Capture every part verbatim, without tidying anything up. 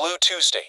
Blue Tuesday。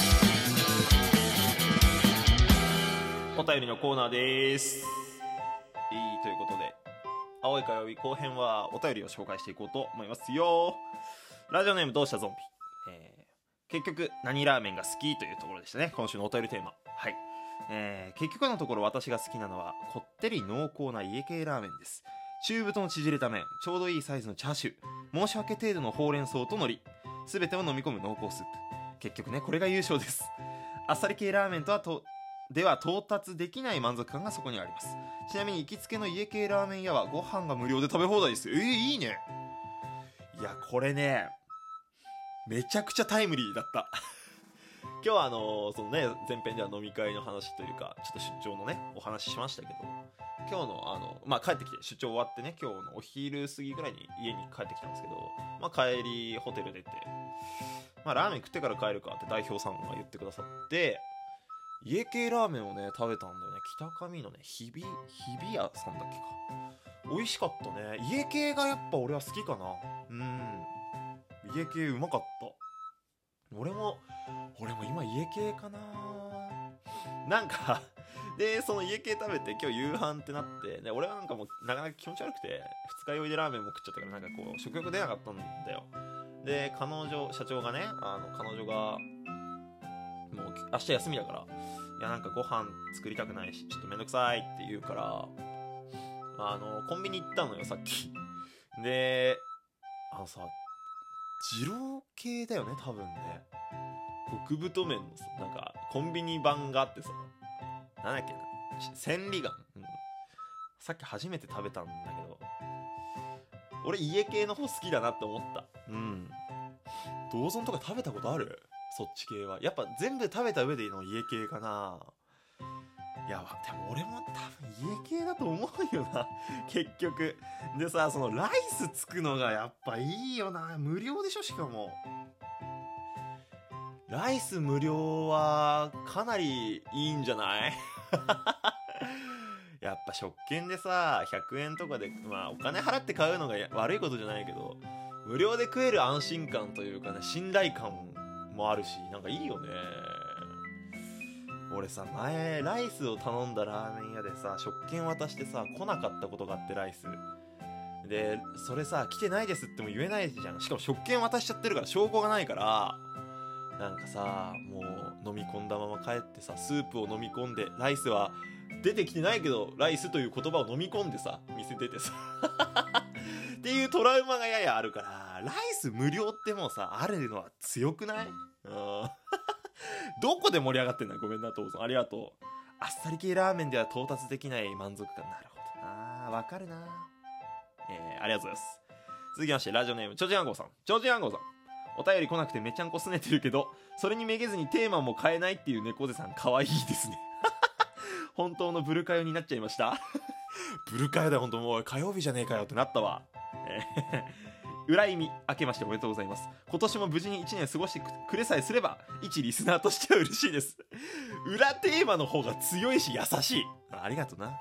お便りのコーナーです。いいということで、青い火曜日後編はお便りを紹介していこうと思いますよ。ラジオネームどうしたゾンビ、えー、結局何ラーメンが好きというところでしたね、今週のお便りテーマ。はい、えー、結局のところ私が好きなのはこってり濃厚な家系ラーメンです。中太の縮れた麺、ちょうどいいサイズのチャーシュー、申し訳程度のほうれん草と海苔、すべてを飲み込む濃厚スープ。結局ね、これが優勝です。あっさり系ラーメンとはとでは到達できない満足感がそこにあります。ちなみに行きつけの家系ラーメン屋はご飯が無料で食べ放題です。えー、いいね。いや、これね、めちゃくちゃタイムリーだった今日はあのー、そのね、前編では飲み会の話というか、ちょっと出張のね、お話ししましたけど、今日のあの、まあ、帰ってきて、出張終わってね、今日のお昼過ぎぐらいに家に帰ってきたんですけど、まあ、帰りホテル出て、まあ、ラーメン食ってから帰るかって代表さんが言ってくださって、家系ラーメンをね食べたんだよね。北上のね日比日比屋さんだっけか。美味しかったね。家系がやっぱ俺は好きかな。うん、家系うまかった。俺も俺も今家系かな。なんかでその家系食べて今日夕飯ってなって、で俺はなんかもうなかなか気持ち悪くて二日酔いでラーメンも食っちゃったから、なんかこう食欲出なかったんだよ。で彼女社長がね、あの彼女がもう明日休みだから、いやなんかご飯作りたくないしちょっとめんどくさいって言うから、あのコンビニ行ったのよさっき。であのさ、二郎系だよね多分ね。極太麺のさ、なんかコンビニ版があってさ、なんだっけな、千里眼、うん、さっき初めて食べたんだけど、俺家系の方好きだなって思った。うん。道尊とか食べたことある？そっち系はやっぱ全部食べた上での家系かな。いやでも俺も多分家系だと思うよな結局。でさ、そのライスつくのがやっぱいいよな。無料でしょ、しかもライス無料はかなりいいんじゃないやっぱ食券でさひゃくえんとかで、まあお金払って買うのが悪いことじゃないけど、無料で食える安心感というかね、信頼感もあるし、なんかいいよね。俺さ前ライスを頼んだラーメン屋でさ食券渡してさ来なかったことがあって、ライスでそれさ来てないですっても言えないじゃん。しかも食券渡しちゃってるから証拠がないから、なんかさもう飲み込んだまま帰ってさ、スープを飲み込んでライスは出てきてないけどライスという言葉を飲み込んでさ店出てさっていうトラウマがややあるから、ライス無料ってもうさあるのは強くない？うんどこで盛り上がってんだ。ごめんな父さん、ありがとう。あっさり系ラーメンでは到達できない満足感。なるほどな、わかるな。えー、ありがとうございます。続きましてラジオネームちょじあんごさん。ちょじあんごさん、お便り来なくてめちゃんこすねてるけど、それにめげずにテーマも変えないっていう猫背さん、かわいいですね本当のブルカヨになっちゃいましたブルカヨだよ、本当もう火曜日じゃねえかよってなったわ。えー裏意味明けましておめでとうございます。今年も無事にいちねん過ごしてくれさえすれば一リスナーとしては嬉しいです。裏テーマの方が強いし優しい。 あ, ありがとうな、うん、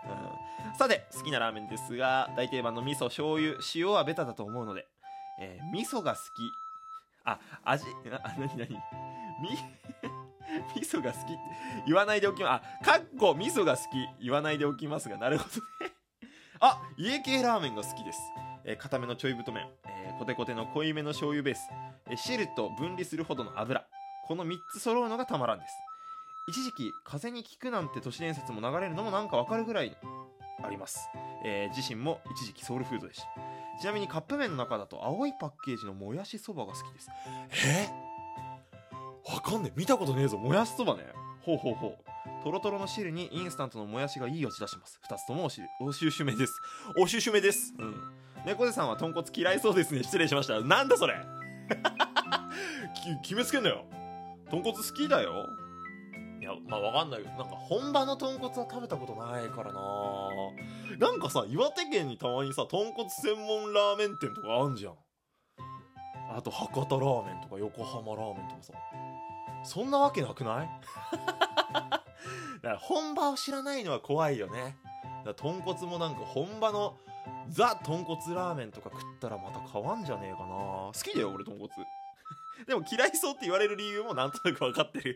さて好きなラーメンですが、大定番の味噌醤油塩はベタだと思うので、えー、味噌が好き、あ味あ何何み味噌が好きって言わないでおきます。あ、かっこ味噌が好き言わないでおきますが、なるほどねあ、家系ラーメンが好きです。えー、固めのちょい太麺、えー、コテコテの濃いめの醤油ベース、えー、汁と分離するほどの油、このみっつ揃うのがたまらんです。一時期風に効くなんて都市伝説も流れるのもなんかわかるぐらいあります。えー、自身も一時期ソウルフードでした。ちなみにカップ麺の中だと青いパッケージのもやしそばが好きです。えー、わかんねえ、見たことねえぞ、もやしそばね。ほうほうほう。トロトロの汁にインスタントのもやしがいい味出します。ふたつともおしおしゅしゅめです。おしゅしゅめです。うん。猫背さんは豚骨嫌いそうですね。失礼しました。なんだそれき決めつけんなよ。豚骨好きだよ。いやまあわかんないけど、なんか本場の豚骨は食べたことないからな。なんかさ岩手県にたまにさ豚骨専門ラーメン店とかあんじゃん。あと博多ラーメンとか横浜ラーメンとかさ、そんなわけなくないだから本場を知らないのは怖いよね。だから豚骨もなんか本場のザ豚骨ラーメンとか食ったらまた変わんじゃねえかな。好きだよ俺豚骨でも嫌いそうって言われる理由もなんとなく分かってる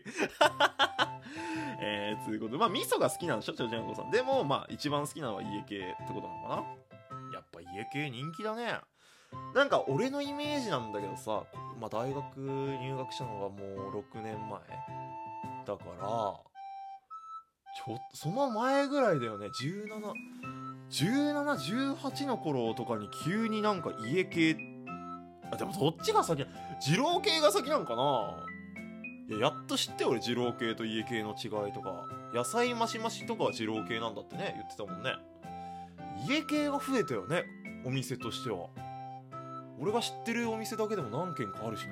えー、つうことで、まあ味噌が好きなんでしょ、ちょちゃんこさん。でもまあ一番好きなのは家系ってことなのかな。やっぱ家系人気だね。なんか俺のイメージなんだけどさ、まあ大学入学したのがもうろくねんまえだから、ちょその前ぐらいだよね。じゅうなな、じゅうなな、じゅうはちの頃とかに急になんか家系、あ、でもどっちが先な、二郎系が先なんかな。いや、やっと知って俺二郎系と家系の違いとか。野菜マシマシとかは二郎系なんだってね、言ってたもんね。家系が増えたよね、お店としては。俺が知ってるお店だけでも何軒かあるしな。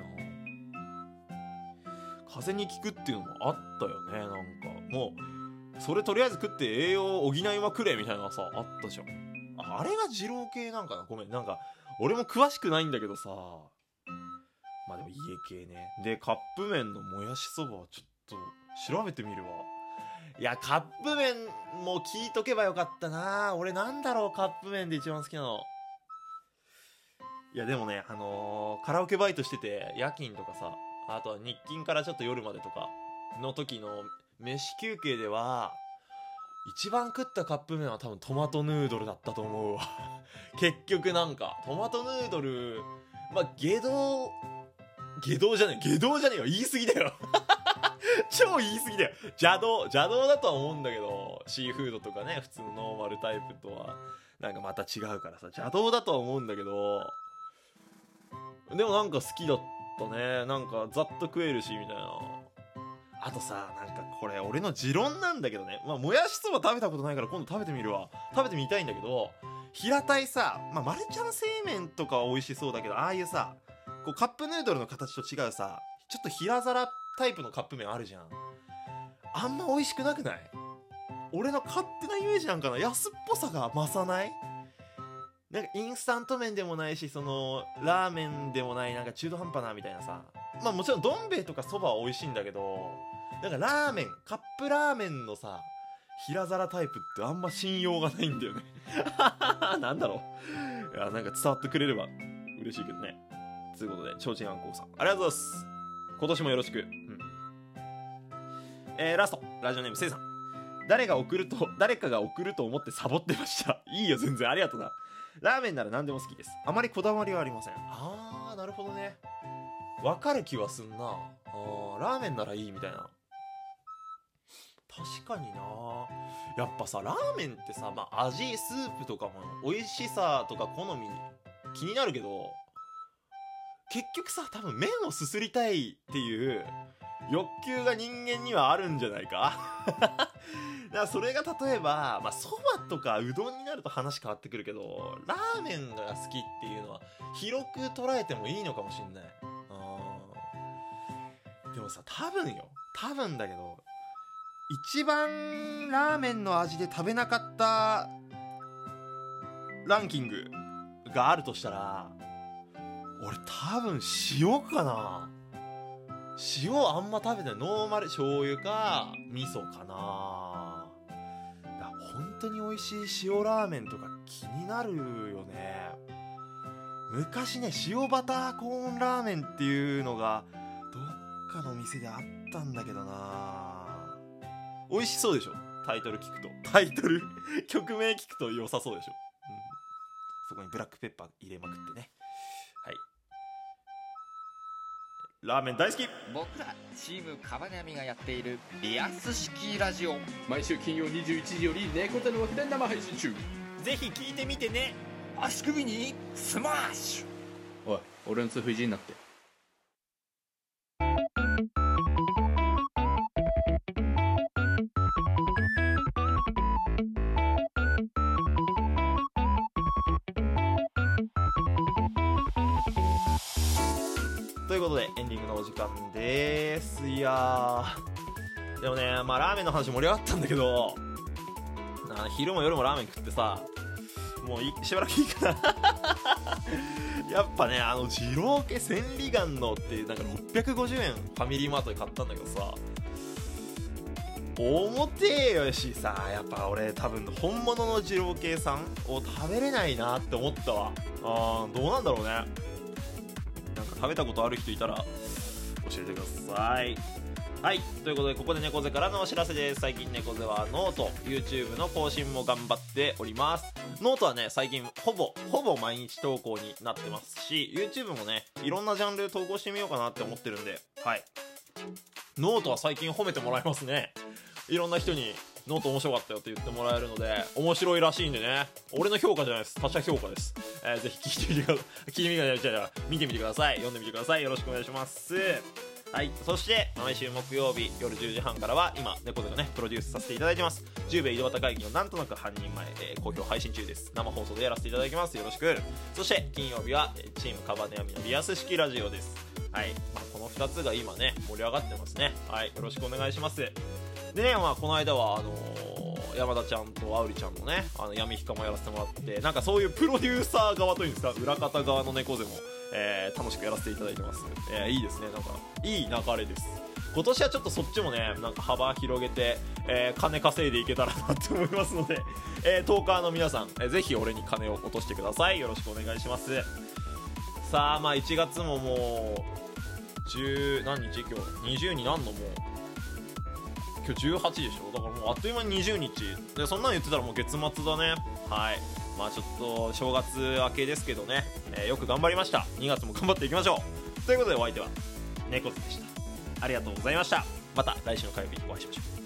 風邪に効くっていうのもあったよね。なんかもうそれとりあえず食って栄養を補いまくれみたいなのさあったじゃん。 あ, あれが二郎系なんかな。ごめん、なんか俺も詳しくないんだけどさ。まあでも家系ね。でカップ麺のもやしそばはちょっと調べてみるわ。いやカップ麺も聞いとけばよかったな。俺なんだろう、カップ麺で一番好きなの。いやでもね、あのー、カラオケバイトしてて夜勤とかさ、あとは日勤からちょっと夜までとかの時の飯休憩では一番食ったカップ麺は多分トマトヌードルだったと思うわ結局なんかトマトヌードル、まあ下道下道じゃねえ下道じゃねえよ、言い過ぎだよ超言い過ぎだよ。邪道邪道だとは思うんだけど、シーフードとかね、普通のノーマルタイプとはなんかまた違うからさ、邪道だとは思うんだけど、でもなんか好きだったね。なんかざっと食えるしみたいな。あとさ、なんかこれ俺の持論なんだけどね、まあもやしそば食べたことないから今度食べてみるわ。食べてみたいんだけど、平たいさ、まあマルちゃん製麺とかは美味しそうだけど、ああいうさこうカップヌードルの形と違うさ、ちょっと平皿タイプのカップ麺あるじゃん。あんま美味しくなくない？俺の勝手なイメージなんかな。安っぽさが増さない？なんかインスタント麺でもないし、そのラーメンでもない、なんか中途半端なみたいなさ。まあもちろんどん兵衛とかそばは美味しいんだけど、なんかラーメン、カップラーメンのさ平皿タイプってあんま信用がないんだよねなんだろう。いや、なんか伝わってくれれば嬉しいけどね。ということで、ちょうちんあんこうさんありがとうございます。今年もよろしく。うん、えー、ラストラジオネームせいさん。誰が送ると誰かが送ると思ってサボってました。いいよ、全然ありがとうな。ラーメンなら何でも好きです。あまりこだわりはありません。あー、なるほどね。わかる気はすんな。あー、ラーメンならいいみたいな。確かにな。やっぱさ、ラーメンってさ、まあ味、スープとかも美味しさとか好み気になるけど、結局さ、多分麺をすすりたいっていう欲求が人間にはあるんじゃないかだからそれが例えばまあそばとかうどんになると話変わってくるけど、ラーメンが好きっていうのは広く捉えてもいいのかもしんない。あ、でもさ、多分よ多分だけど、一番ラーメンの味で食べなかったランキングがあるとしたら、俺多分塩かな。塩あんま食べてない。ノーマル醤油か味噌かな。だ本当に美味しい塩ラーメンとか気になるよね。昔ね、塩バターコーンラーメンっていうのがどっかの店であったんだけどな。美味しそうでしょ、タイトル聞くと。タイトル曲名聞くと良さそうでしょ、うん、そこにブラックペッパー入れまくってね。はい、ラーメン大好き。 僕らチームカバネアミがやっているリアス式ラジオ、 毎週金曜にじゅういちじより猫背の枠で生配信中。 ぜひ聞いてみてね。 足首にスマッシュ。 おい、俺の通不意地になって。 ということでエンディングのお時間です。いやー、でもね、まあラーメンの話盛り上がったんだけど、な昼も夜もラーメン食ってさ、もういしばらくいいかなやっぱね、あの二郎系千里眼のってなんかろっぴゃくごじゅうえんファミリーマートで買ったんだけどさ、重てえよしさ、やっぱ俺多分本物の二郎系さんを食べれないなって思ったわ。あー、どうなんだろうね。なんか食べたことある人いたら教えてください。はい、ということでここで猫背からのお知らせです。最近猫背はノート YouTube の更新も頑張っております。ノートはね最近ほぼほぼ毎日投稿になってますし、 YouTube もねいろんなジャンル投稿してみようかなって思ってるんで、はい、ノートは最近褒めてもらえますね。いろんな人にノート面白かったよって言ってもらえるので、面白いらしいんでね、俺の評価じゃないです、他者評価です。えー、ぜひ聞いてみてください。聞いてみてください。見てみてください。読んでみてください。よろしくお願いします。はい、そして毎週木曜日夜じゅうじはんからは今猫背がねプロデュースさせていただいてますじゅうべい井戸端会議のなんとなく半人前、えー、好評配信中です。生放送でやらせていただきます。よろしく。そして金曜日はチームカバネアミのリアス式ラジオです。はい、まあ、このふたつが今ね盛り上がってますね。はい、よろしくお願いします。でね、まあ、この間はあのー、山田ちゃんとあうりちゃんのねあの闇ひかもやらせてもらって、なんかそういうプロデューサー側というんですか、裏方側の猫背もえー、楽しくやらせていただいてます。えー、いいですね。なんかいい流れです。今年はちょっとそっちもねなんか幅広げて、えー、金稼いでいけたらなって思いますので、えー、トーカーの皆さん、えー、ぜひ俺に金を落としてください。よろしくお願いします。さあまあいちがつももうじゅう何日、今日にじゅうになんのもう今日じゅうはちでしょ。だからもうあっという間ににじゅうにちで、そんなの言ってたらもう月末だね。はい、まあちょっと正月明けですけどね、えー、よく頑張りました。にがつも頑張っていきましょう。ということでお相手は猫背でした。ありがとうございました。また来週の火曜日お会いしましょう。